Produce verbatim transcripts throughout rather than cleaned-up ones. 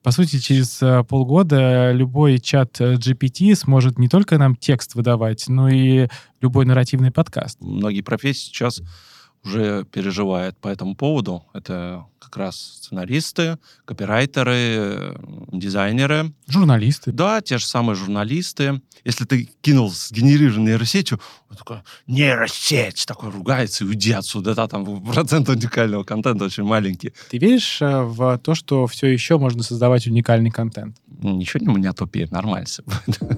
По сути, через э, полгода любой чат э, джи пи ти сможет не только нам текст выдавать, но и любой нарративный подкаст. Многие профессии сейчас уже переживают по этому поводу. Это как раз сценаристы, копирайтеры, дизайнеры. Журналисты. Да, те же самые журналисты. Если ты кинул сгенерированную нейросетью, он такой, нейросеть, такой ругается, и уйди отсюда, да, там процент уникального контента очень маленький. Ты веришь э, в то, что все еще можно создавать уникальный контент? Ничего не меня тупее, нормально все будет.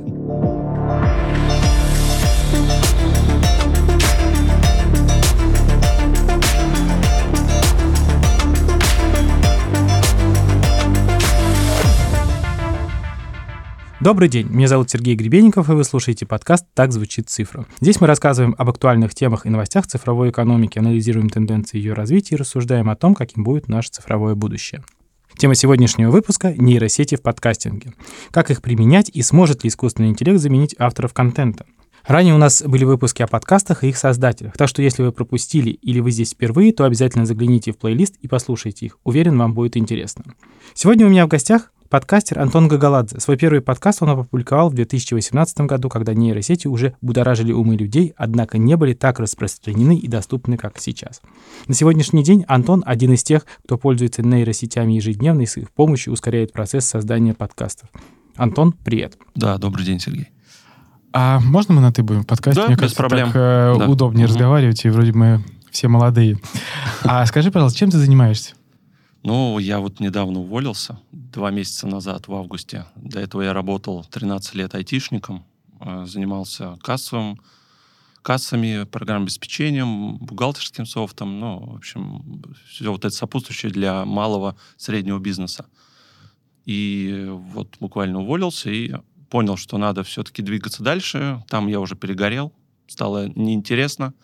Добрый день, меня зовут Сергей Гребенников, и вы слушаете подкаст «Так звучит цифра». Здесь мы рассказываем об актуальных темах и новостях цифровой экономики, анализируем тенденции ее развития и рассуждаем о том, каким будет наше цифровое будущее. Тема сегодняшнего выпуска — нейросети в подкастинге. Как их применять и сможет ли искусственный интеллект заменить авторов контента? Ранее у нас были выпуски о подкастах и их создателях, так что если вы пропустили или вы здесь впервые, то обязательно загляните в плейлист и послушайте их. Уверен, вам будет интересно. Сегодня у меня в гостях подкастер Антон Гагаладзе. Свой первый подкаст он опубликовал в две тысячи восемнадцатом году, когда нейросети уже будоражили умы людей, однако не были так распространены и доступны, как сейчас. На сегодняшний день Антон один из тех, кто пользуется нейросетями ежедневно и с их помощью ускоряет процесс создания подкастов. Антон, привет. Да, добрый день, Сергей. А можно мы на «ты» будем в подкасте? Да, Мне без кажется, проблем. так э, Да. удобнее Мгм. разговаривать, и вроде мы все молодые. А скажи, пожалуйста, чем ты занимаешься? Ну, я вот недавно уволился, два месяца назад, в августе. До этого я работал тринадцать лет айтишником, э, занимался кассовым, кассами, программным обеспечением, бухгалтерским софтом, ну, в общем, все вот это сопутствующее для малого, среднего бизнеса. И вот буквально уволился и понял, что надо все-таки двигаться дальше. Там я уже перегорел, стало неинтересно.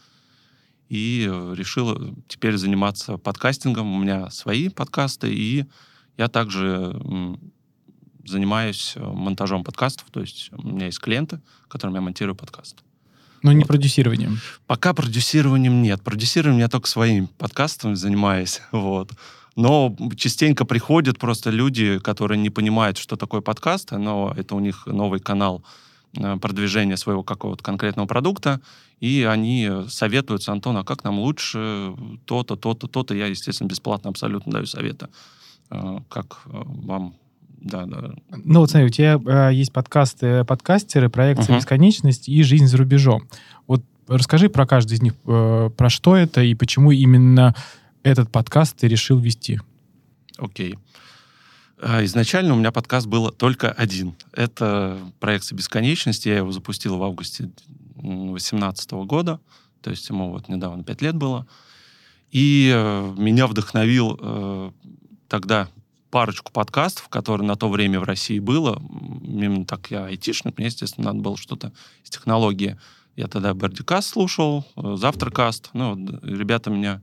И э, решил э, теперь заниматься подкастингом. У меня свои подкасты, и я также м, занимаюсь э, монтажом подкастов. То есть у меня есть клиенты, которым я монтирую подкаст. Ну, не Вот. продюсированием. Пока продюсированием нет. Продюсированием я только своим подкастом занимаюсь. Вот. Но частенько приходят просто люди, которые не понимают, что такое подкасты, но это у них новый канал э, продвижения своего какого-то конкретного продукта, и они советуются: Антон, а как нам лучше то-то, то-то, то-то. Я, естественно, бесплатно абсолютно даю советы. Э, Как э, вам... Да, да. Ну, вот смотри, у тебя э, есть подкасты «Подкастеры», «Проекция Мгм. бесконечность» и «Жизнь за рубежом». Вот расскажи про каждый из них, э, про что это и почему именно этот подкаст ты решил вести. Окей. А, Изначально у меня подкаст был только один. Это «Проекция бесконечности». Я его запустил в августе две тысячи восемнадцатого года. То есть ему вот недавно пять лет было. И э, меня вдохновил э, тогда парочку подкастов, которые на то время в России было. М, Именно так я айтишник, мне, естественно, надо было что-то из технологии. Я тогда Бердикаст слушал, э, Завтракаст. Ну, вот, ребята меня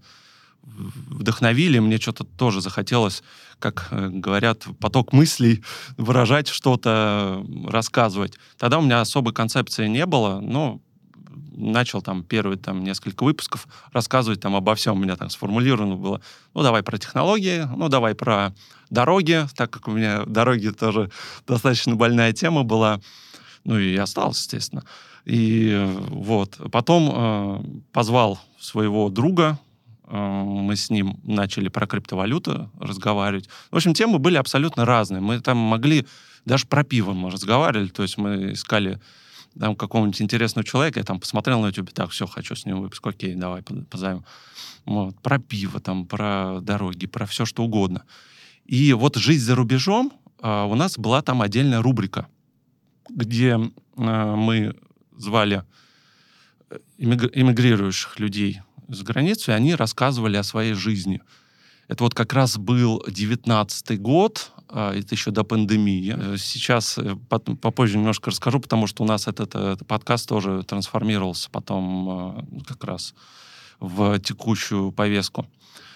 в- вдохновили, мне что-то тоже захотелось, как э, говорят, поток мыслей, выражать что-то, э, рассказывать. Тогда у меня особой концепции не было, но начал там первые там несколько выпусков рассказывать там обо всем. У меня там сформулировано было: ну, давай про технологии, ну, давай про дороги, так как у меня дороги тоже достаточно больная тема была. Ну, и осталось, естественно. И э, вот. Потом э, позвал своего друга, э, мы с ним начали про криптовалюту разговаривать. В общем, темы были абсолютно разные. Мы там могли даже про пиво мы разговаривали, то есть мы искали там какого-нибудь интересного человека, я там посмотрел на YouTube, так, все, хочу с ним выпуск, окей, давай позовем. Вот. Про пиво, там, про дороги, про все что угодно. И вот «Жизнь за рубежом», а, у нас была там отдельная рубрика, где а, мы звали эмигр- эмигрирующих людей за границу, и они рассказывали о своей жизни. Это вот как раз был девятнадцатый год, а, это еще до пандемии. Э, Сейчас э, пот- попозже немножко расскажу, потому что у нас этот, этот подкаст тоже трансформировался потом э, как раз в текущую повестку.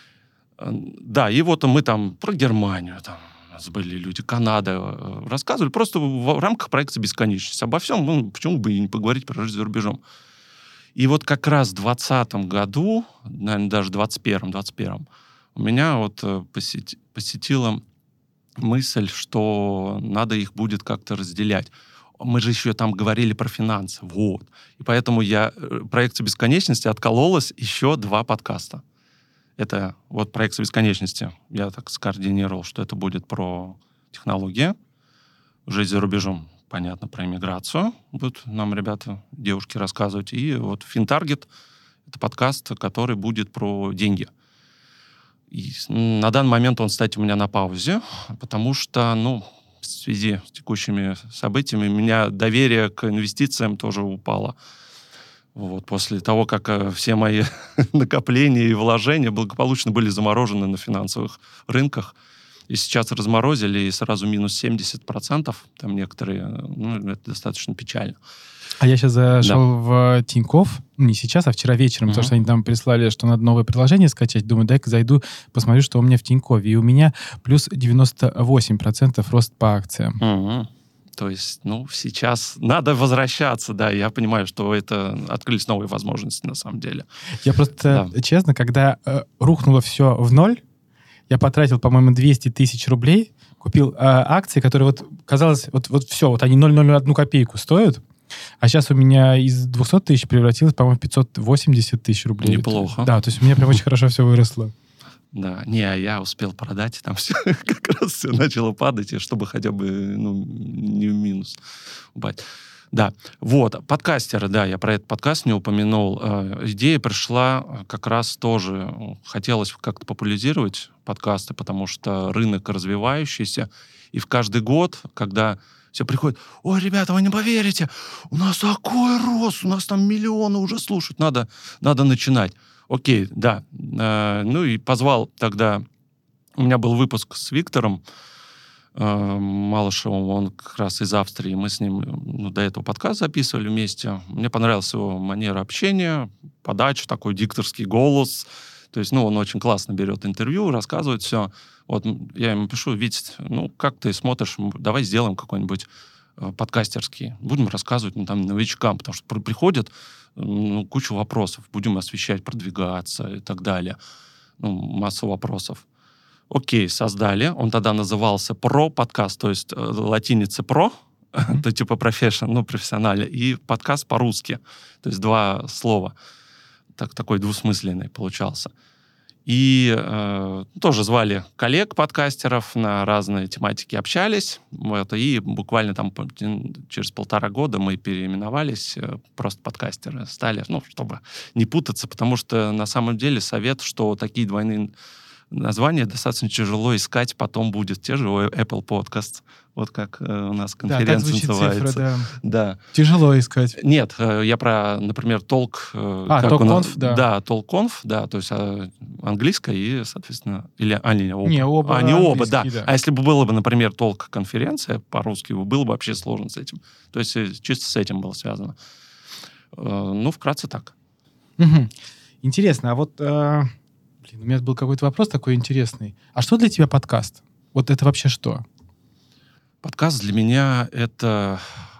Э, Да, и вот мы там про Германию, там у нас были люди, Канада, э, рассказывали просто в в рамках проекта «Бесконечность». Обо всем, ну, почему бы и не поговорить про жизнь за рубежом. И вот как раз в двадцатом году, наверное, даже в двадцать первом, двадцать первом, у меня вот э, посети- посетила мысль, что надо их будет как-то разделять. Мы же еще там говорили про финансы. Вот. И поэтому я проекцию бесконечности откололась еще два подкаста. Это вот проекция бесконечности. Я так скоординировал, что это будет про технологии, жизнь за рубежом, понятно, про иммиграцию. Будут нам ребята, девушки рассказывать. И вот FinTarget — это подкаст, который будет про деньги. И на данный момент он, кстати, у меня на паузе, потому что, ну, в связи с текущими событиями у меня доверие к инвестициям тоже упало. Вот, после того, как э, все мои накопления и вложения благополучно были заморожены на финансовых рынках, и сейчас разморозили, и сразу минус семьдесят процентов, там некоторые, ну, это достаточно печально. А я сейчас зашел да. в Тинькофф, не сейчас, а вчера вечером, uh-huh. потому что они там прислали, что надо новое приложение скачать. Думаю, дай-ка зайду, посмотрю, что у меня в Тинькове. И у меня плюс девяносто восемь процентов рост по акциям. Uh-huh. То есть, ну, сейчас надо возвращаться, да. Я понимаю, что это открылись новые возможности на самом деле. Я просто, да. честно, когда э, рухнуло все в ноль, я потратил, по-моему, двести тысяч рублей, купил э, акции, которые вот, казалось, вот, вот все, вот они ноль целых ноль одну копейку стоят. А сейчас у меня из двухсот тысяч превратилось, по-моему, в пятьсот восемьдесят тысяч рублей. Неплохо. Да, то есть у меня прям очень хорошо все выросло. Да, не, я успел продать, и там все как раз все начало падать, и чтобы хотя бы ну, не в минус упасть. Да, вот, подкастеры, да, я про этот подкаст не упомянул. Э, идея пришла как раз тоже, хотелось как-то популяризировать подкасты, потому что рынок развивающийся, и в каждый год, когда все приходят: ой, ребята, вы не поверите, у нас такой рост, у нас там миллионы уже слушают, надо, надо начинать. Окей, да. Э, ну и позвал тогда... У меня был выпуск с Виктором э, Малышевым, он как раз из Австрии. Мы с ним ну, до этого подкаст записывали вместе. Мне понравилась его манера общения, подача, такой дикторский голос. То есть, ну, он очень классно берет интервью, рассказывает все. Вот я ему пишу: Вить, ну, как ты смотришь, давай сделаем какой-нибудь э, подкастерский. Будем рассказывать ну, там, новичкам, потому что приходят ну, кучу вопросов. Будем освещать, продвигаться и так далее. Ну, массу вопросов. Окей, создали. Он тогда назывался «Про-подкаст», то есть э, латиница «про», mm-hmm. то типа «профессионал», ну, профессионально, и подкаст по-русски. То есть два слова. Так, такой двусмысленный получался. И э, тоже звали коллег-подкастеров, на разные тематики общались. Вот, и буквально там через полтора года мы переименовались, э, просто подкастеры стали, ну, чтобы не путаться, потому что на самом деле совет, что такие двойные названия достаточно тяжело искать, потом будет те же Apple Podcasts, вот как э, у нас конференция да, называется. Цифра, да. Да. Тяжело искать. Нет, э, я про, например, Толк... Э, а, Толк.конф, да. Да, Толк.конф, да, то есть э, английское и, соответственно... Или, а, не, оба. Не, оба а, не оба, да. да. А если бы было бы, например, Толк-конференция по-русски, было бы вообще сложно с этим. То есть э, чисто с этим было связано. Э, ну, вкратце так. Угу. Интересно, а вот... Э... Блин, у меня был какой-то вопрос такой интересный. А что для тебя подкаст? Вот это вообще что? Подкаст для меня это,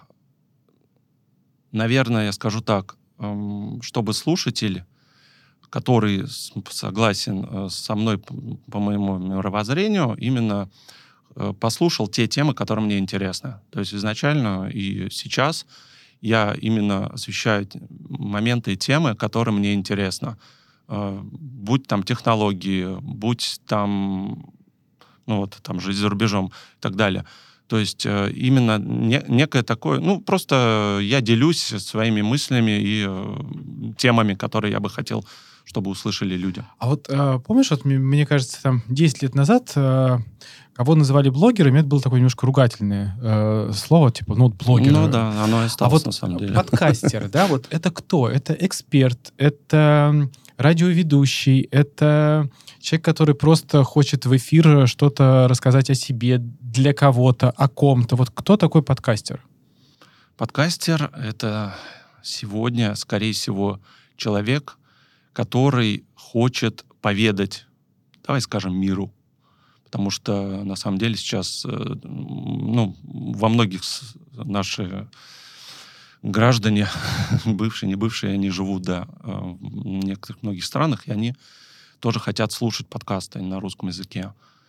наверное, я скажу так, чтобы слушатель, который согласен со мной по моему мировоззрению, именно послушал те темы, которые мне интересны. То есть изначально и сейчас я именно освещаю моменты и темы, которые мне интересны. Будь там технологии, будь там, ну вот, там жизнь за рубежом и так далее. То есть именно не, некое такое, ну, просто я делюсь своими мыслями и э, темами, которые я бы хотел, чтобы услышали люди. А вот э, помнишь, вот, мне кажется, там десять лет назад э, кого называли блогерами, это было такое немножко ругательное э, слово, типа, ну, блогер. Ну да, оно и осталось а вот на самом деле. Подкастер, да, вот это кто? Это эксперт, это радиоведущий, это человек, который просто хочет в эфир что-то рассказать о себе, для кого-то, о ком-то. Вот кто такой подкастер? Подкастер — это сегодня, скорее всего, человек, который хочет поведать, давай скажем, миру. Потому что, на самом деле, сейчас ну, во многих наши граждане, бывшие, не бывшие, они живут, да, в некоторых многих странах, и они тоже хотят слушать подкасты на русском языке.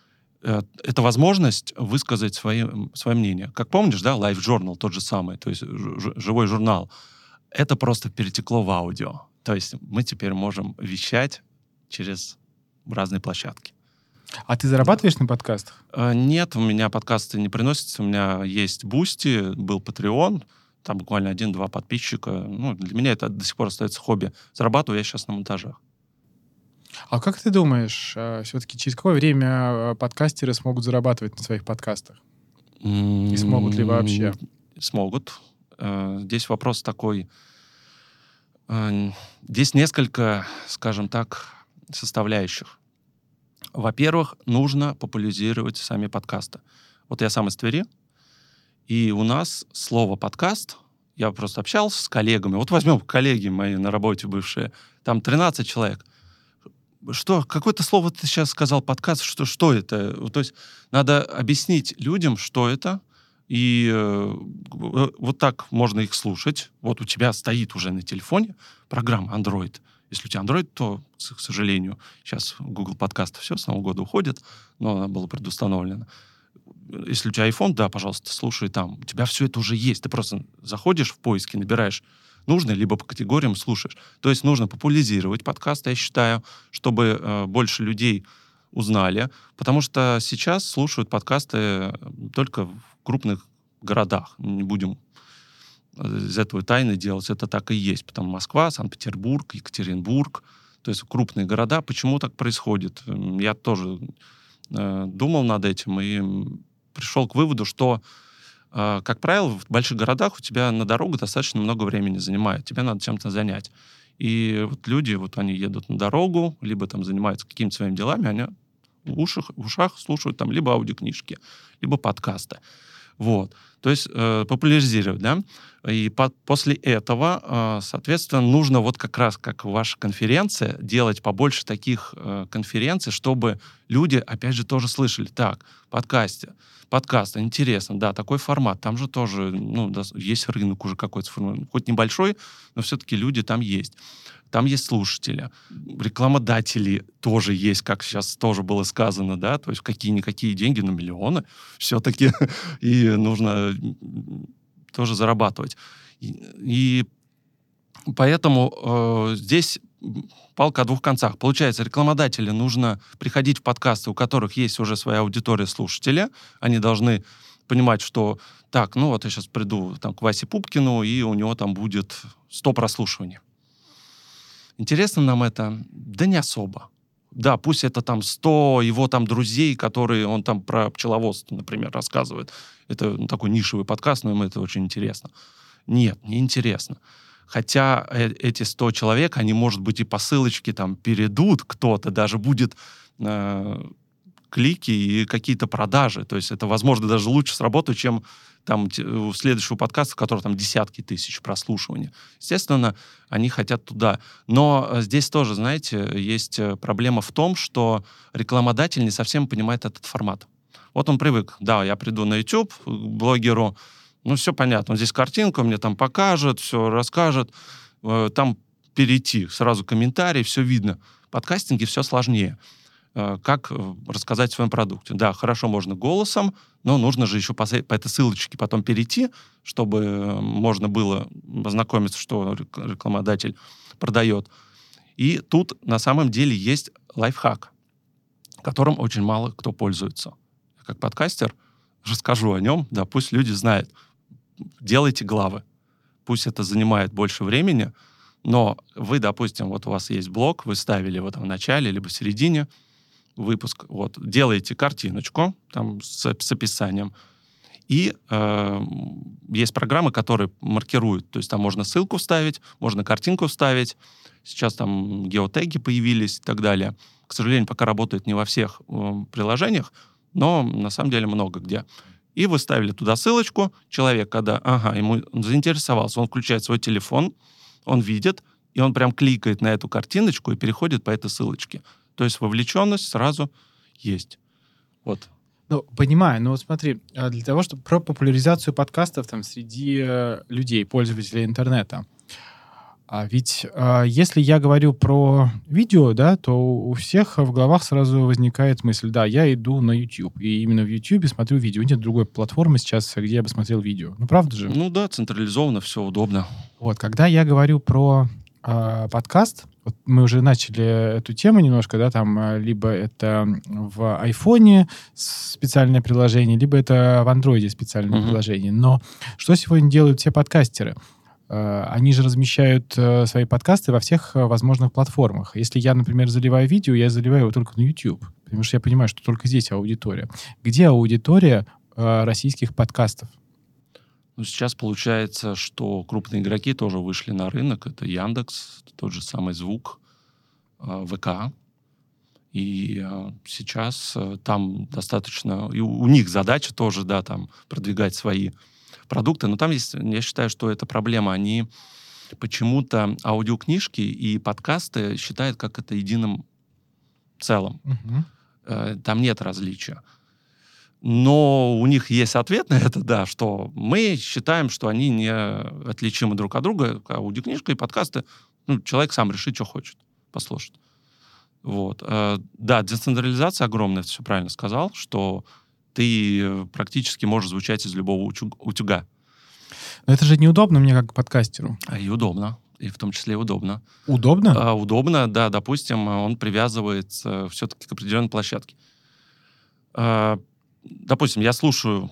Это возможность высказать свои, свое мнение. Как помнишь, да, Live Journal тот же самый, то есть ж, живой журнал. Это просто перетекло в аудио. То есть мы теперь можем вещать через разные площадки. А ты зарабатываешь да. на подкастах? Нет, у меня подкасты не приносятся. У меня есть Boosty, был Patreon, там буквально один-два подписчика. Ну, для меня это до сих пор остается хобби. Зарабатываю я сейчас на монтажах. А как ты думаешь, все-таки через какое время подкастеры смогут зарабатывать на своих подкастах? И смогут ли вообще? Смогут. Здесь вопрос такой. Здесь несколько, скажем так, составляющих. Во-первых, нужно популяризировать сами подкасты. Вот я сам из Твери, и у нас слово «подкаст», я просто общался с коллегами. Вот возьмем коллеги мои на работе бывшие, там тринадцать человек. Что, какое-то слово ты сейчас сказал, подкаст, что, что это? То есть надо объяснить людям, что это, и э, вот так можно их слушать. Вот у тебя стоит уже на телефоне программа Android. Если у тебя Android, то, к сожалению, сейчас Google подкасты все с Нового года уходит, но она была предустановлена. Если у тебя iPhone, да, пожалуйста, слушай там. У тебя все это уже есть. Ты просто заходишь в поиски, набираешь нужное, либо по категориям слушаешь. То есть нужно популяризировать подкасты, я считаю, чтобы э, больше людей узнали. Потому что сейчас слушают подкасты только в крупных городах. Не будем из этого тайны делать. Это так и есть. Потому Москва, Санкт-Петербург, Екатеринбург. То есть крупные города. Почему так происходит? Я тоже э, думал над этим и пришел к выводу, что, э, как правило, в больших городах у тебя на дорогу достаточно много времени занимает. Тебе надо чем-то занять. И вот люди, вот они едут на дорогу, либо там занимаются какими-то своими делами, они в ушах, в ушах слушают там либо аудиокнижки, либо подкасты. Вот. То есть э, популяризировать, да. И по- после этого, э, соответственно, нужно вот как раз, как ваша конференция, делать побольше таких э, конференций, чтобы люди, опять же, тоже слышали. Так, подкасте, подкаст, интересно, да, такой формат. Там же тоже, ну, да, есть рынок уже какой-то, хоть небольшой, но все-таки люди там есть. Там есть слушатели, рекламодатели тоже есть, как сейчас тоже было сказано, да, то есть какие-никакие деньги, но миллионы все-таки, и нужно тоже зарабатывать. И, и поэтому э, здесь палка о двух концах. Получается, рекламодатели нужно приходить в подкасты, у которых есть уже своя аудитория слушателя, они должны понимать, что так, ну вот я сейчас приду там, к Васе Пупкину, и у него там будет сто прослушиваний. Интересно нам это? Да не особо. Да, пусть это там сто его там друзей, которые он там про пчеловодство, например, рассказывает. Это ну, такой нишевый подкаст, но ему это очень интересно. Нет, не интересно. Хотя э- эти сто человек, они, может быть, и по ссылочке там перейдут, кто-то даже будет э- клики и какие-то продажи. То есть это, возможно, даже лучше сработает, чем там у следующего подкаста, в котором там десятки тысяч прослушиваний. Естественно, они хотят туда. Но здесь тоже, знаете, есть проблема в том, что рекламодатель не совсем понимает этот формат. Вот он привык, да, я приду на YouTube к блогеру, ну, все понятно, здесь картинка, мне там покажет, все расскажет, там перейти, сразу комментарий, все видно. В подкастинге все сложнее. Как рассказать о своем продукте. Да, хорошо, можно голосом, но нужно же еще по, по этой ссылочке потом перейти, чтобы можно было ознакомиться, что рекламодатель продает. И тут на самом деле есть лайфхак, которым очень мало кто пользуется. Как подкастер расскажу о нем, да, пусть люди знают. Делайте главы. Пусть это занимает больше времени, но вы, допустим, вот у вас есть блог, вы ставили его там в начале либо в середине, выпуск, вот, делаете картиночку там с, с описанием, и э, есть программы, которые маркируют, то есть там можно ссылку вставить, можно картинку вставить, сейчас там геотеги появились и так далее. К сожалению, пока работает не во всех э, приложениях, но на самом деле много где. И вы ставили туда ссылочку, человек, когда, ага, ему заинтересовался, он включает свой телефон, он видит, и он прям кликает на эту картиночку и переходит по этой ссылочке. То есть вовлеченность сразу есть. Вот. Ну, понимаю, но вот смотри, для того, чтобы про популяризацию подкастов там среди людей, пользователей интернета, А ведь а, если я говорю про видео, да, то у всех в головах сразу возникает мысль, да, я иду на YouTube, и именно в YouTube смотрю видео. Нет другой платформы сейчас, где я бы смотрел видео. Ну, правда же? Ну да, централизованно, все удобно. Вот, когда я говорю про а, подкаст, вот мы уже начали эту тему немножко, да, там а, либо это в айфоне специальное приложение, либо это в андроиде специальное Мгм. приложение. Но что сегодня делают все подкастеры? А, Они же размещают э, свои подкасты во всех э, возможных платформах. Если я, например, заливаю видео, я заливаю его только на YouTube, потому что я понимаю, что только здесь аудитория. Где аудитория э, российских подкастов? Ну, сейчас получается, что крупные игроки тоже вышли на рынок. Это Яндекс, тот же самый Звук, э, ВК. И э, сейчас э, там достаточно... И у, у них задача тоже, да, там продвигать свои продукты. Но там есть, я считаю, что это проблема. Они почему-то аудиокнижки и подкасты считают как это единым целым. Мгм. Э, там нет различия. Но у них есть ответ на это, да, что мы считаем, что они не отличимы друг от друга. Аудиокнижка и подкасты, ну, человек сам решит, что хочет послушать. Вот. Э, Да, децентрализация огромная, ты все правильно сказал, что ты э, практически можешь звучать из любого утю- утюга. Но это же неудобно мне как подкастеру. А И удобно. И в том числе удобно. Удобно? А, Удобно, да, допустим, он привязывается все-таки к определенной площадке. А, Допустим, я слушаю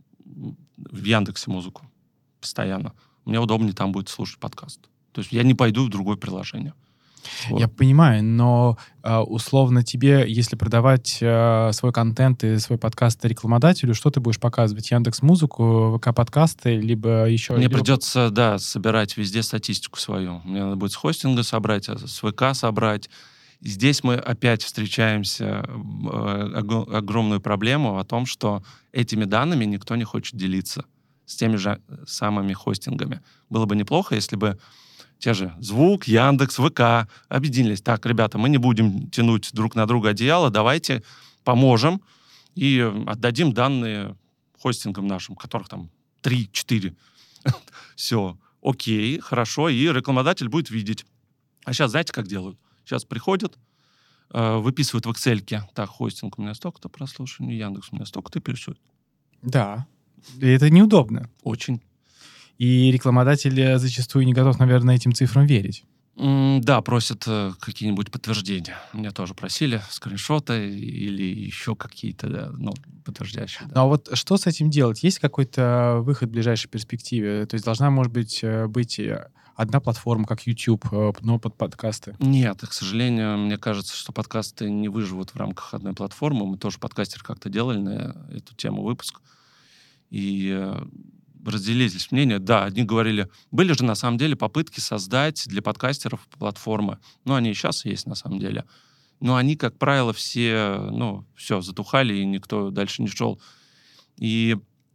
в Яндексе музыку постоянно. Мне удобнее там будет слушать подкаст. То есть я не пойду в другое приложение. Вот. Я понимаю, но а, условно тебе, если продавать а, свой контент и свой подкаст рекламодателю, что ты будешь показывать? Яндекс.Музыку, ВК-подкасты, либо еще... Мне либо- придется, да, собирать везде статистику свою. Мне надо будет с хостинга собрать, а с ВК собрать. И здесь мы опять встречаемся э, ого- огромную проблему о том, что этими данными никто не хочет делиться с теми же самыми хостингами. Было бы неплохо, если бы те же Звук, Яндекс, ВК объединились. Так, ребята, мы не будем тянуть друг на друга одеяло, давайте поможем и отдадим данные хостингам нашим, которых там три-четыре. Все, окей, хорошо, и рекламодатель будет видеть. А сейчас знаете, как делают? Сейчас приходят, э, выписывают в Excel-ке. Так, хостинг у меня столько-то прослушиваний, Яндекс у меня столько-то, и плюсуют. Да. И это неудобно. Очень. И рекламодатель э, зачастую не готов, наверное, этим цифрам верить. М, Да, просят э, какие-нибудь подтверждения. Меня тоже просили скриншоты или еще какие-то, да, ну, подтверждающие. Да. Ну а вот что с этим делать? Есть какой-то выход в ближайшей перспективе? То есть должна, может быть, э, быть э, одна платформа, как YouTube, э, но под подкасты? Нет, к сожалению, мне кажется, что подкасты не выживут в рамках одной платформы. Мы тоже подкастер как-то делали на эту тему выпуск. И э, разделились мнения. Да, одни говорили, были же на самом деле попытки создать для подкастеров платформы. Ну, они и сейчас есть на самом деле. Но они, как правило, все, ну, все, затухали, и никто дальше не шел. И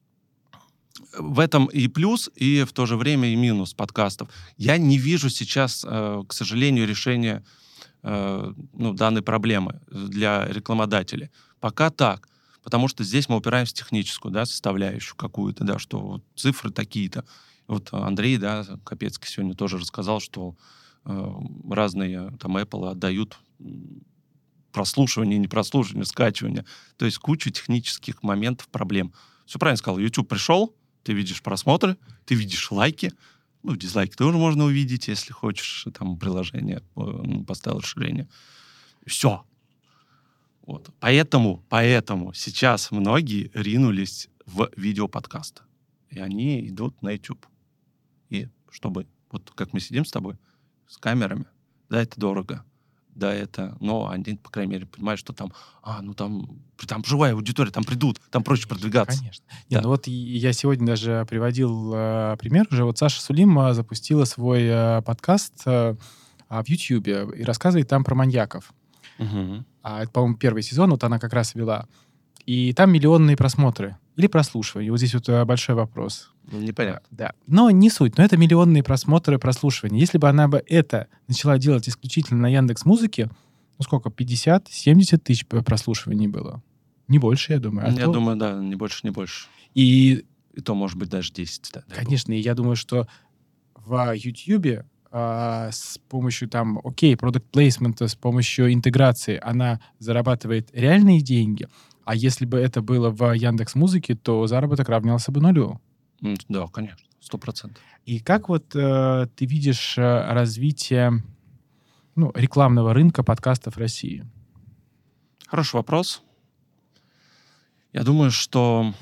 в этом и плюс, и в то же время и минус подкастов. Я не вижу сейчас, э, к сожалению, решения э, ну, данной проблемы для рекламодателей. Пока так. Потому что здесь мы упираемся в техническую, да, составляющую какую-то, да, что вот цифры такие-то. Вот Андрей, да, Капецкий сегодня тоже рассказал, что э, разные там Apple отдают прослушивание, не прослушивание, скачивание. То есть кучу технических моментов, проблем. Все правильно сказал. YouTube пришел, ты видишь просмотры, ты видишь лайки. Ну, дизлайки тоже можно увидеть, если хочешь, там, приложение, э, поставил расширение. Все. Вот. Поэтому, поэтому сейчас многие ринулись в видеоподкасты. И они идут на YouTube. И чтобы, вот как мы сидим с тобой, с камерами, да, это дорого, да, это, но они, по крайней мере, понимают, что там, а, ну там, там живая аудитория, там придут, там проще продвигаться. Конечно. Да. Не, ну вот и я сегодня даже приводил э, пример уже. Вот Саша Сулим э, запустила свой э, подкаст э, в YouTube и рассказывает там про маньяков. Мгм. А это, по-моему, первый сезон, вот она как раз вела. И там миллионные просмотры или прослушивания. Вот здесь вот э, большой вопрос. Ну, непонятно. Да. Но не суть. Но это миллионные просмотры, прослушивания. Если бы она бы это начала делать исключительно на Яндекс.Музыке, ну сколько, пятьдесят-семьдесят тысяч п- прослушиваний было. Не больше, я думаю. А Я то- думаю, да, не больше, не больше. И, И то, может быть, даже десять. Да, дай бог. конечно, и я думаю, что в Ютьюбе э, с помощью там, окей, продукт плейсмента, с помощью интеграции, она зарабатывает реальные деньги, а если бы это было в Яндекс.Музыке, то заработок равнялся бы нулю. М, Да, конечно, сто процентов. И как вот э, ты видишь э, развитие ну, рекламного рынка подкастов в России? Хороший вопрос. Я думаю, что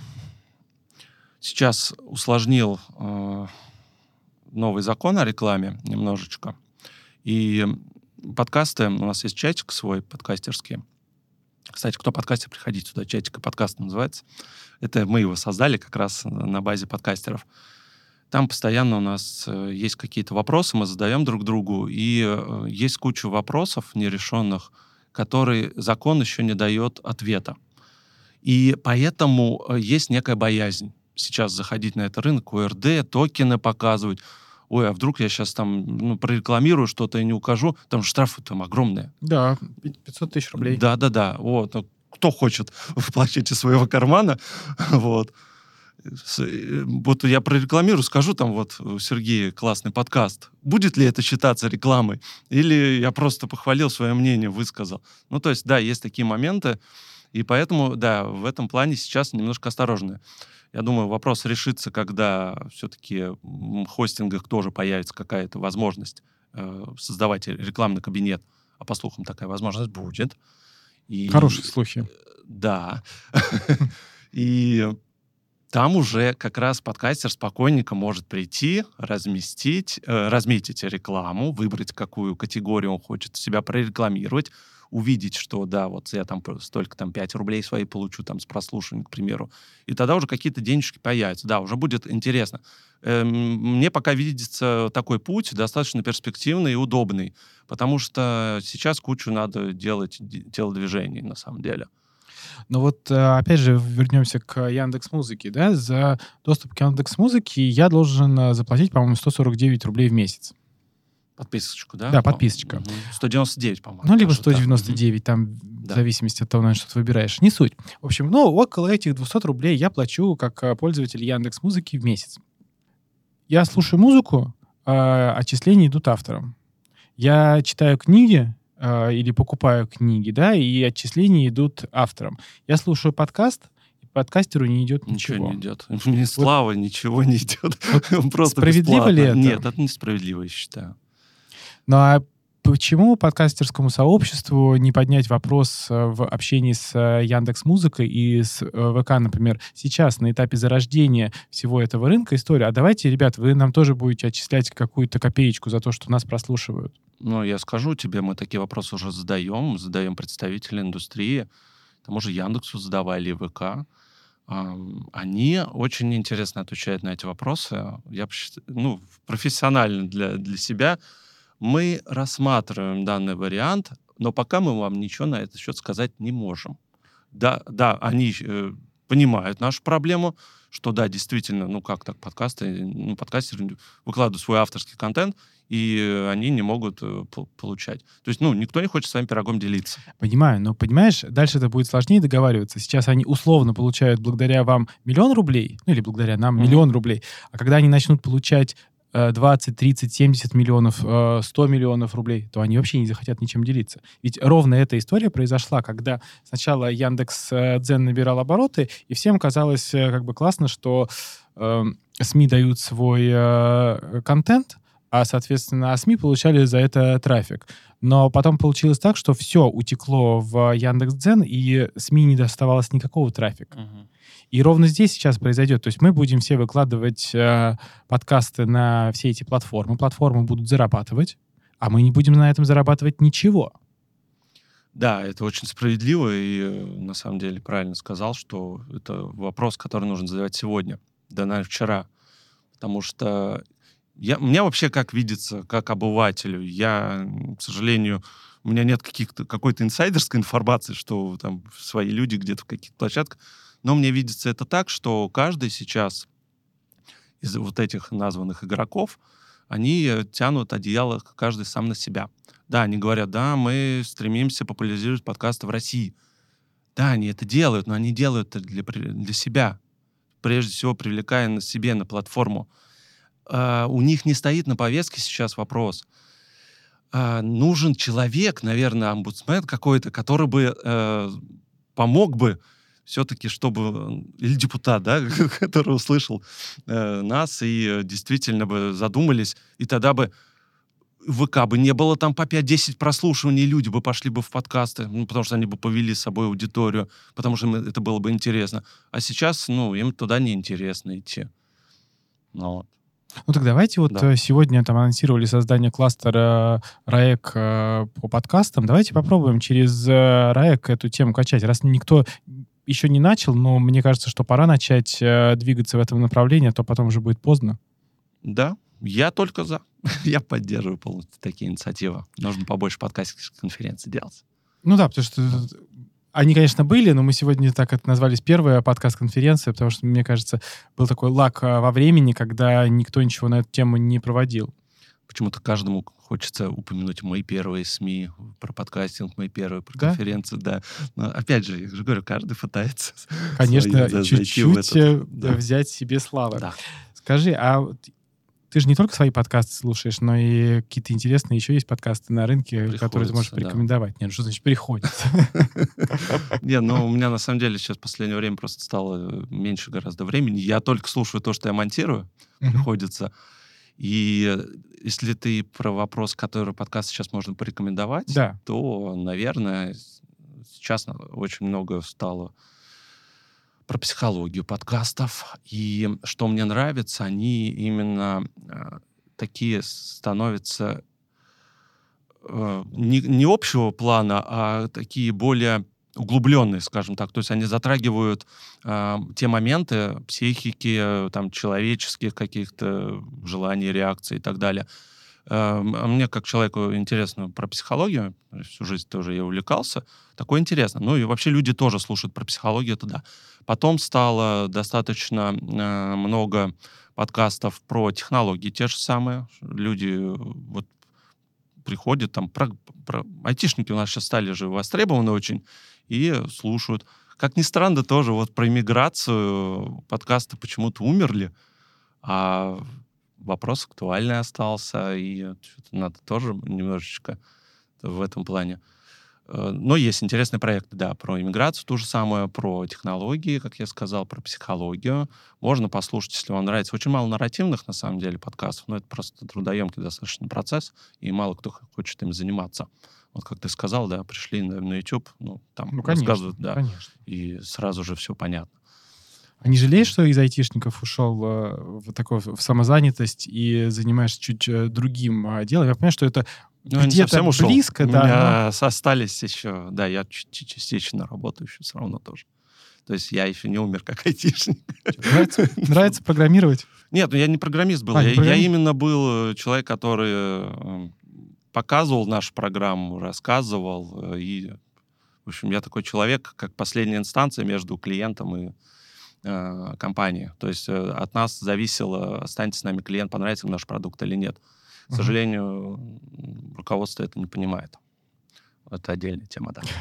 сейчас усложнил э, новый закон о рекламе немножечко. И подкасты, у нас есть чатик свой подкастерский. Кстати, кто подкастер, приходите сюда, чатик и подкаст называется. Это мы его создали как раз на базе подкастеров. Там постоянно у нас э, есть какие-то вопросы, мы задаем друг другу, и э, есть куча вопросов нерешенных, которые закон еще не дает ответа. И поэтому э, есть некая боязнь сейчас заходить на этот рынок, ОРД, токены показывать. Ой, а вдруг я сейчас там ну, прорекламирую что-то и не укажу, там штрафы там огромные. Да, пятьсот тысяч рублей. Да-да-да. Вот. Ну, кто хочет вплачивать из своего кармана, вот. Вот я прорекламирую, скажу там вот у Сергея классный подкаст. Будет ли это считаться рекламой? Или я просто похвалил свое мнение, высказал? Ну, то есть, да, есть такие моменты. И поэтому, да, в этом плане сейчас немножко осторожны. Я думаю, вопрос решится, когда все-таки в хостингах тоже появится какая-то возможность э, создавать рекламный кабинет. А по слухам такая возможность будет. И, Хорошие слухи. Да. И там уже как раз подкастер спокойненько может прийти, разместить, э, разметить рекламу, выбрать, какую категорию он хочет себя прорекламировать, увидеть, что, да, вот я там столько, там, пять рублей свои получу там с прослушивания, к примеру. И тогда уже какие-то денежки появятся. Да, уже будет интересно. Эм, мне пока видится такой путь достаточно перспективный и удобный, потому что сейчас кучу надо делать телодвижений, на самом деле. Но вот, э, опять же, вернемся к Яндекс.Музыке, да. За доступ к Яндекс.Музыке я должен э, заплатить, по-моему, сто сорок девять рублей в месяц. Подписочку, да? Да, подписочка. Угу. сто девяносто девять, по-моему. Ну, либо кажется, сто девяносто девять, да. там, Да. в зависимости от того, наверное, что ты выбираешь. Не суть. В общем, ну, около этих двухсот рублей я плачу как э, пользователь Яндекс.Музыки в месяц. Я слушаю музыку, э, отчисления идут авторам. Я читаю книги э, или покупаю книги, да, и отчисления идут авторам. Я слушаю подкаст, и подкастеру не идет Ничего ничего. не идет. Ни слава, ничего не идет. Вот Просто справедливо ли бесплатно. это? Нет, это несправедливо, я считаю. Ну а почему подкастерскому сообществу не поднять вопрос э, в общении с э, Яндекс.Музыкой и с э, ВК, например, сейчас на этапе зарождения всего этого рынка история? А давайте, ребят, вы нам тоже будете отчислять какую-то копеечку за то, что нас прослушивают. Ну, я скажу тебе, мы такие вопросы уже задаем, задаем представителям индустрии, тому же Яндексу задавали, ВК. Ам, Они очень интересно отвечают на эти вопросы. Я, бы счит- ну, профессионально для, для себя мы рассматриваем данный вариант, но пока мы вам ничего на этот счет сказать не можем. Да, да, они э, понимают нашу проблему, что да, действительно, ну как так, подкасты, ну, подкастеры выкладывают свой авторский контент, и э, они не могут э, по- получать. То есть, ну, никто не хочет своим пирогом делиться. Понимаю, но, понимаешь, дальше это будет сложнее договариваться. Сейчас они условно получают благодаря вам миллион рублей, ну или благодаря нам Мгм. миллион рублей, а когда они начнут получать э, двадцать, тридцать, семьдесят миллионов, э, сто миллионов рублей, то они вообще не захотят ничем делиться. Ведь ровно эта история произошла, когда сначала Яндекс.Дзен набирал обороты, и всем казалось э, как бы классно, что э, СМИ дают свой э, контент, а, соответственно, а СМИ получали за это трафик. Но потом получилось так, что все утекло в Яндекс.Дзен, и СМИ не доставалось никакого трафика. Мгм. И ровно здесь сейчас произойдет. То есть мы будем все выкладывать э, подкасты на все эти платформы. Платформы будут зарабатывать, а мы не будем на этом зарабатывать ничего. Да, это очень справедливо, и э, на самом деле правильно сказал, что это вопрос, который нужно задавать сегодня, да, наверное, вчера. Потому что я, мне вообще как видится, как обывателю, я, м, к сожалению, у меня нет каких-то, какой-то инсайдерской информации, что там свои люди где-то в каких-то площадках, но мне видится это так, что каждый сейчас из вот этих названных игроков, они э, тянут одеяло каждый сам на себя. Да, они говорят, да, мы стремимся популяризировать подкасты в России. Да, они это делают, но они делают это для, при- для себя, прежде всего привлекая на себе на платформу. э, у них не стоит на повестке сейчас вопрос. Э, нужен человек, наверное, омбудсмен какой-то, который бы э, помог бы все-таки, чтобы... Или депутат, да, который услышал э, нас и действительно бы задумались, и тогда бы в ВК бы не было там по пять-десять прослушиваний, люди бы пошли бы в подкасты, ну, потому что они бы повели с собой аудиторию, потому что им это было бы интересно. А сейчас, ну, им туда неинтересно идти. Ну, вот. Ну так давайте вот Да. сегодня там анонсировали создание кластера РАЭК э, по подкастам. Давайте попробуем через э, РАЭК эту тему качать. Раз никто еще не начал, но мне кажется, что пора начать э, двигаться в этом направлении, а то потом уже будет поздно. Да, я только за. Я поддерживаю полностью такие инициативы. Нужно побольше подкастинговых конференций делать. Ну да, потому что они, конечно, были, но мы сегодня так это назвались первая подкаст-конференция, потому что, мне кажется, был такой лаг во времени, когда никто ничего на эту тему не проводил. Почему-то каждому хочется упомянуть мои первые СМИ про подкастинг, мои первые про Да? конференции, да. Но опять же, я же говорю, каждый пытается. Конечно, свои, да, чуть-чуть этот, да. взять себе славы. Да. Скажи, а ты же не только свои подкасты слушаешь, но и какие-то интересные еще есть подкасты на рынке, Приходится, которые ты можешь да. порекомендовать? Нет, что значит приходится? Не, ну, у меня на самом деле сейчас в последнее время просто стало меньше гораздо времени. Я только слушаю то, что я монтирую, приходится. И если ты про вопрос, который подкаст сейчас можно порекомендовать, Да. то, наверное, сейчас очень много стало про психологию подкастов. И что мне нравится, они именно э, такие становятся э, не, не общего плана, а такие более углубленные, скажем так. То есть они затрагивают э, те моменты психики, там, человеческих каких-то желаний, реакций и так далее. Э, мне, как человеку, интересно про психологию. Всю жизнь тоже я увлекался. Такое интересно. Ну и вообще люди тоже слушают про психологию, это да. Потом стало достаточно э, много подкастов про технологии, те же самые. Люди вот приходят, там, про, про... айтишники у нас сейчас стали же востребованы очень, и слушают. Как ни странно, тоже вот про иммиграцию подкасты почему-то умерли, а вопрос актуальный остался, и надо тоже немножечко в этом плане. Но есть интересные проекты, да, про иммиграцию, то же самое, про технологии, как я сказал, про психологию. Можно послушать, если вам нравится. Очень мало нарративных, на самом деле, подкастов, но это просто трудоемкий достаточно процесс, и мало кто хочет им заниматься. Вот как ты сказал, да, пришли на, на YouTube, ну, там Ну, конечно, рассказывают, да, конечно. и сразу же все понятно. А не жалеешь, что из айтишников ушел э, в такую в самозанятость и занимаешься чуть э, другим э, делом? Я понимаю, что это Ну, я не где-то совсем ушел. близко, У да. меня но... остались еще, да, я частично работаю еще все равно тоже. То есть я еще не умер как айтишник. Нравится, нравится программировать? Нет, ну я не программист был. А, я, не программист? я именно был человек, который показывал нашу программу, рассказывал. И, в общем, я такой человек, как последняя инстанция между клиентом и э, компанией. То есть э, от нас зависело, останется с нами клиент, понравится ему наш продукт или нет. К сожалению, uh-huh. руководство это не понимает. Это отдельная тема, да.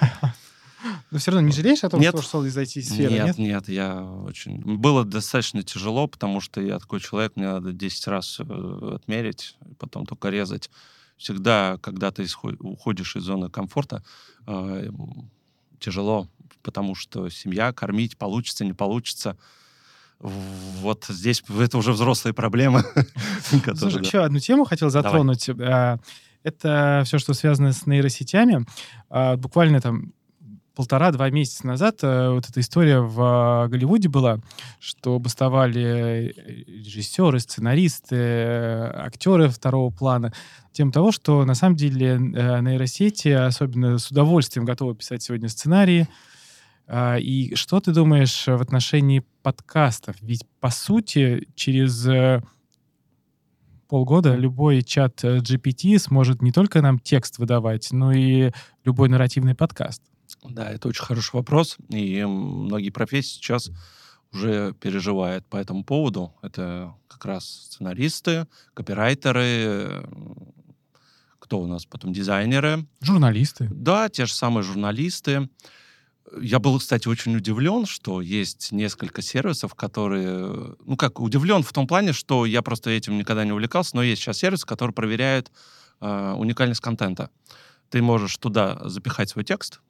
Но все равно не жалеешь о том, нет. что ушел из ай ти-сферы? Нет, нет, нет, я очень... Было достаточно тяжело, потому что я такой человек, мне надо десять раз отмерить, потом только резать. Всегда, когда ты уходишь из зоны комфорта, э, тяжело, потому что семья, кормить получится, не получится. Вот здесь это уже взрослые проблемы. Слушай, еще одну тему хотел затронуть. Давай. Это все, что связано с нейросетями. Буквально там полтора-два месяца назад вот эта история в Голливуде была, что бастовали режиссеры, сценаристы, актеры второго плана. Тем того, что на самом деле нейросети особенно с удовольствием готовы писать сегодня сценарии. И что ты думаешь в отношении подкастов? Ведь, по сути, через полгода любой чат джи пи ти сможет не только нам текст выдавать, но и любой нарративный подкаст. Да, это очень хороший вопрос. И многие профессии сейчас уже переживают по этому поводу. Это как раз сценаристы, копирайтеры, кто у нас потом, дизайнеры. Журналисты. Да, те же самые журналисты. Я был, кстати, очень удивлен, что есть несколько сервисов, которые... Ну, как, удивлен в том плане, что я просто этим никогда не увлекался, но есть сейчас сервисы, которые проверяют э, уникальность контента. Ты можешь туда запихать свой текст,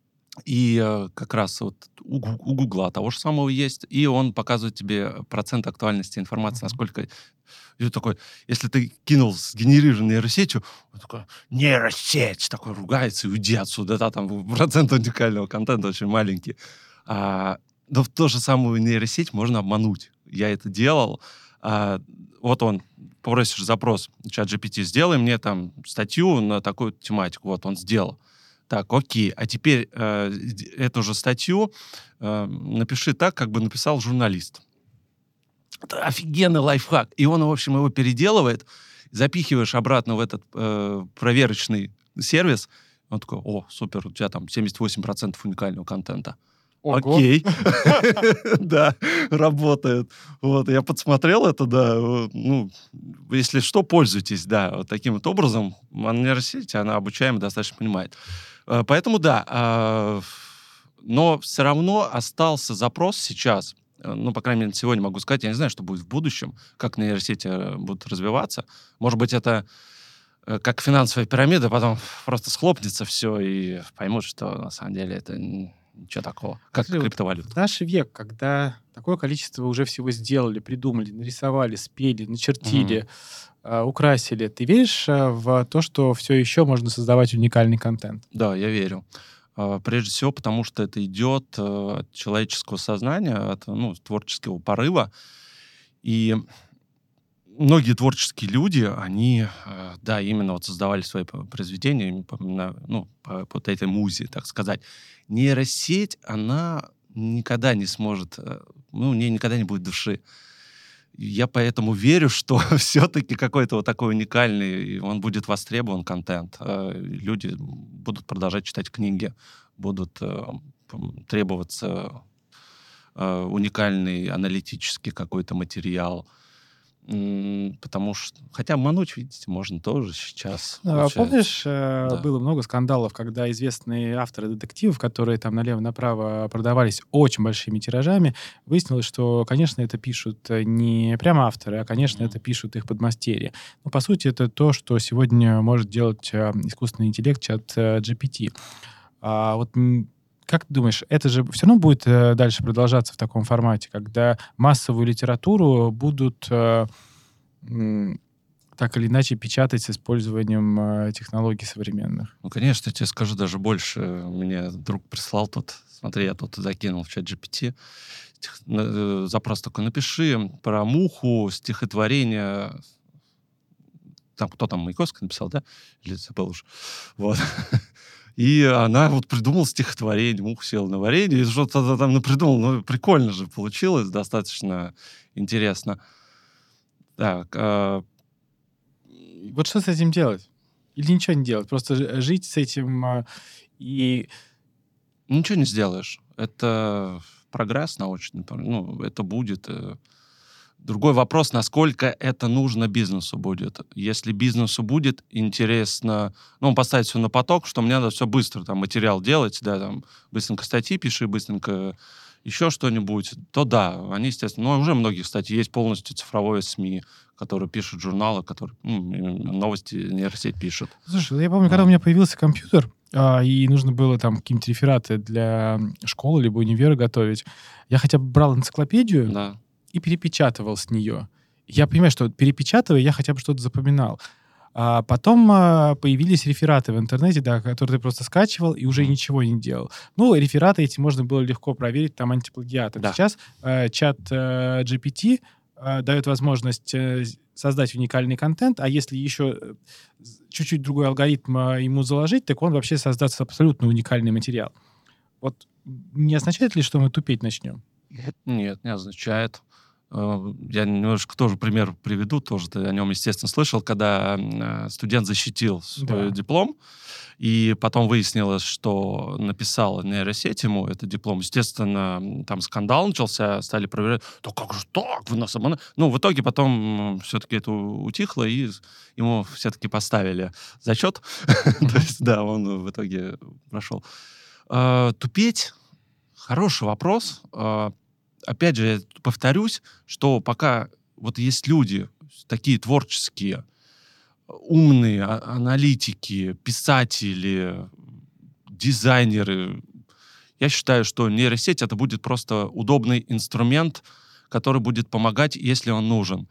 и э, как раз вот у, Гу- у Гугла того же самого есть, и он показывает тебе процент актуальности информации, Мгм. насколько... И ты такой, если ты кинул сгенерированной нейросетью, он такой, нейросеть, такой ругается, и уйди отсюда, да, там процент уникального контента очень маленький. А, но в ту же самую нейросеть можно обмануть. Я это делал. А, вот он, попросишь запрос, чат джи пи ти, сделай мне там статью на такую тематику. Вот он сделал. Так, окей. А теперь э, д- эту же статью э, напиши так, как бы написал журналист. Это офигенный лайфхак. И он, в общем, его переделывает, запихиваешь обратно в этот э, проверочный сервис. Он такой, о, супер, у тебя там семьдесят восемь процентов уникального контента. Ого. Окей. Да, работает. Вот, я подсмотрел это, да. вот, Ну, если что, пользуйтесь, да. Вот таким вот образом. А нейросеть, она обучаемая, достаточно понимает. Э, Поэтому, да. а, Но все равно остался запрос сейчас. э, Ну, по крайней мере, сегодня могу сказать. Я не знаю, что будет в будущем, как нейросети э, будут развиваться. Может быть, это э, как финансовая пирамида, потом просто схлопнется все и поймут, что на самом деле это н- ничего такого, как Скажи, вот криптовалюта. в наш век, когда такое количество уже всего сделали, придумали, нарисовали, спели, Мгм. начертили, а, украсили, ты веришь а, в то, что все еще можно создавать уникальный контент? Да, я верю. А, Прежде всего, потому что это идет э, от человеческого сознания, от ну, творческого порыва. И многие творческие люди, они, э, да, именно вот создавали свои п- произведения именно по, на- ну, по, по вот этой музе, так сказать. Нейросеть, она никогда не сможет, э, ну, у нее никогда не будет души. Я поэтому верю, что все-таки какой-то вот такой уникальный, и он будет востребован контент. Э, Люди будут продолжать читать книги, будут э, м, требоваться э, уникальный аналитический какой-то материал. М, Потому что... Хотя обмануть, видите, можно тоже сейчас, А, получается. Помнишь, э, Да. было много скандалов, когда известные авторы детективов, которые там налево-направо продавались очень большими тиражами, выяснилось, что, конечно, это пишут э, не прямо авторы, а, конечно, это Мгм. пишут их подмастерья. Но, по сути, это то, что сегодня может делать э, искусственный интеллект, чат э, джи пи ти. А вот м, как ты думаешь, это же все равно будет э, дальше продолжаться в таком формате, когда массовую литературу будут э, м, так или иначе печатать с использованием э, технологий современных? Ну, конечно, я тебе скажу даже больше. Мне друг прислал тут, смотри, я тут закинул в чат джи пи ти тех- на- э, запрос такой, напиши про муху стихотворение. Там кто там, Маяковский написал, да? Или забыл уже. Вот. И она вот придумала стихотворение, муха села на варенье, и что-то там напридумала. Ну, прикольно же получилось, достаточно интересно. Так, а, Вот что с этим делать? Или ничего не делать? Просто ж- жить с этим а, и... ничего не сделаешь. Это прогресс научный. Ну, это будет. э, Другой вопрос, насколько это нужно бизнесу будет. Если бизнесу будет интересно, ну, он поставит все на поток, что мне надо все быстро, там, материал делать, да, там, быстренько статьи пиши, быстренько еще что-нибудь, то да, они, естественно, ну, уже многие, кстати, есть полностью цифровое СМИ, которые пишут журналы, которые ну, именно новости нейросеть пишет. Слушай, ну я помню, когда у А, меня появился компьютер, а, и нужно было там какие-нибудь рефераты для м, школы либо универа готовить, я хотя бы брал энциклопедию Да. и перепечатывал с нее. Я понимаю, что перепечатывая, я хотя бы что-то запоминал. А потом а, появились рефераты в интернете, да, которые ты просто скачивал и уже Мгм. ничего не делал. Ну, рефераты эти можно было легко проверить там антиплагиатом. Да. Сейчас э, чат э, джи пи ти э, дает возможность э, с- создать уникальный контент, а если еще э, з- чуть-чуть другой алгоритм э, ему заложить, так он вообще создаст абсолютно уникальный материал. Вот не означает ли, что мы тупеть начнем? Нет, не означает. Э, Я немножко тоже пример приведу, тоже ты о нем, естественно, слышал, когда э, студент защитил свой Да. диплом, и потом выяснилось, что написала нейросеть ему этот диплом. Естественно, м, там скандал начался, стали проверять, да как же так, вы нас обманули. Ну, в итоге потом все-таки это у- утихло, и с- ему все-таки поставили зачет. То Мгм. есть, да, он в итоге прошел. А, Тупеть? Хороший вопрос. Опять же, я повторюсь, что пока вот есть люди такие творческие, умные аналитики, писатели, дизайнеры, я считаю, что нейросеть — это будет просто удобный инструмент, который будет помогать, если он нужен.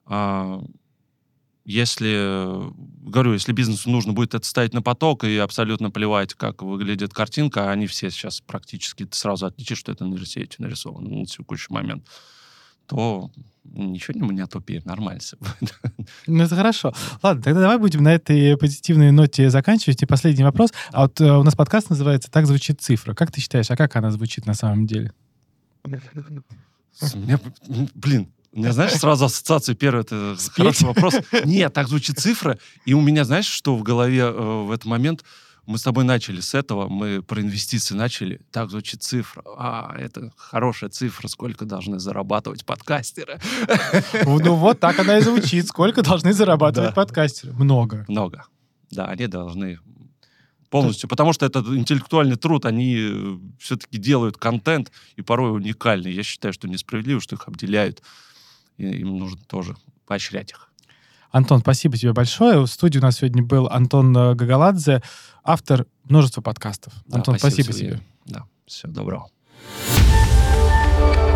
Если, говорю, если бизнесу нужно будет это ставить на поток и абсолютно плевать, как выглядит картинка, они все сейчас практически сразу отличат, что это нейросетью нарисовано на текущий момент, то ничего мы не отупеем, нормально все будет. Ну, это хорошо. Ладно, тогда давай будем на этой позитивной ноте заканчивать. И последний вопрос. А вот у нас подкаст называется «Так звучит цифра». Как ты считаешь, а как она звучит на самом деле? Меня, блин, у меня, знаешь, сразу ассоциация первая, это Спеть? Хороший вопрос. Нет, так звучит цифра. И у меня, знаешь, что в голове э, в этот момент? Мы с тобой начали с этого, мы про инвестиции начали. Так звучит цифра. А, это хорошая цифра. Сколько должны зарабатывать подкастеры? Ну вот так она и звучит. Сколько должны зарабатывать подкастеры? Много. Много. Да, они должны полностью. Потому что этот интеллектуальный труд, они все-таки делают контент, и порой уникальный. Я считаю, что несправедливо, что их обделяют. И им нужно тоже поощрять их. Антон, спасибо тебе большое. В студии у нас сегодня был Антон Гагаладзе, автор множества подкастов. Да, Антон, спасибо, спасибо тебе. Да, всего доброго.